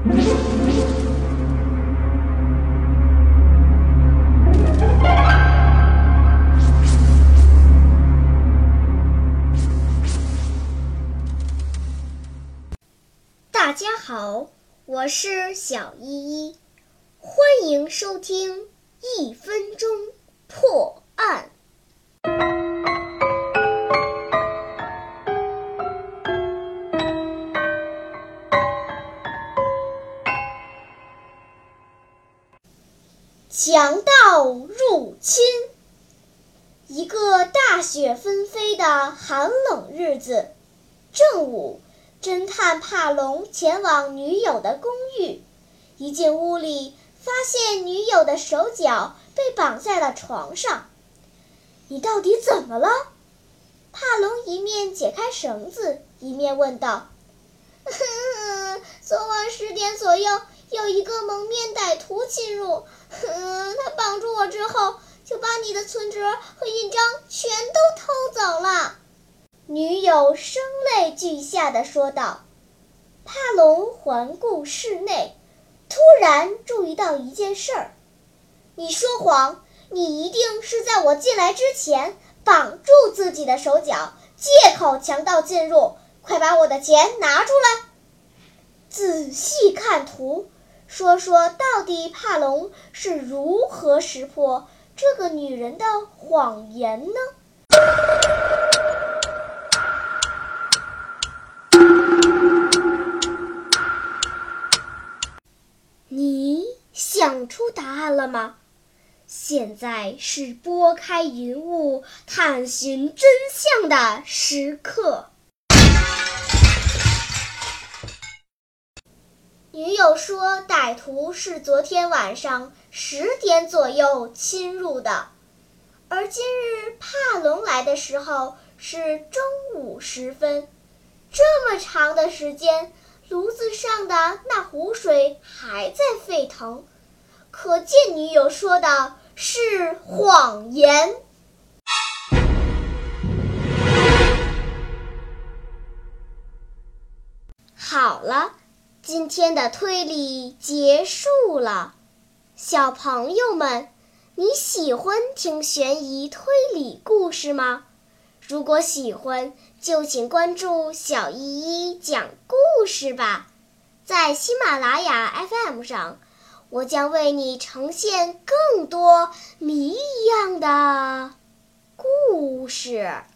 大家好，我是小依依，欢迎收听1分钟破案。强盗入侵。一个大雪纷飞的寒冷日子，正午，侦探帕隆前往女友的公寓，一进屋里，发现女友的手脚被绑在了床上。你到底怎么了？帕隆一面解开绳子，一面问道。昨晚10点左右，有一个蒙面歹徒进入，他绑住我之后，就把你的存折和印章全都偷走了。女友声泪俱下地说道。帕隆环顾室内，突然注意到一件事儿。你说谎，你一定是在我进来之前绑住自己的手脚，借口强盗进入，快把我的钱拿出来。仔细看图，说说到底帕隆是如何识破这个女人的谎言呢？你想出答案了吗？现在是拨开云雾探寻真相的时刻。女友说歹徒是昨天晚上10点左右侵入的，而今日帕隆来的时候是中午时分，这么长的时间，炉子上的那壶水还在沸腾，可见女友说的是谎言。好了，今天的推理结束了。小朋友们，你喜欢听悬疑推理故事吗？如果喜欢，就请关注小依依讲故事吧。在喜马拉雅 FM 上，我将为你呈现更多谜一样的故事。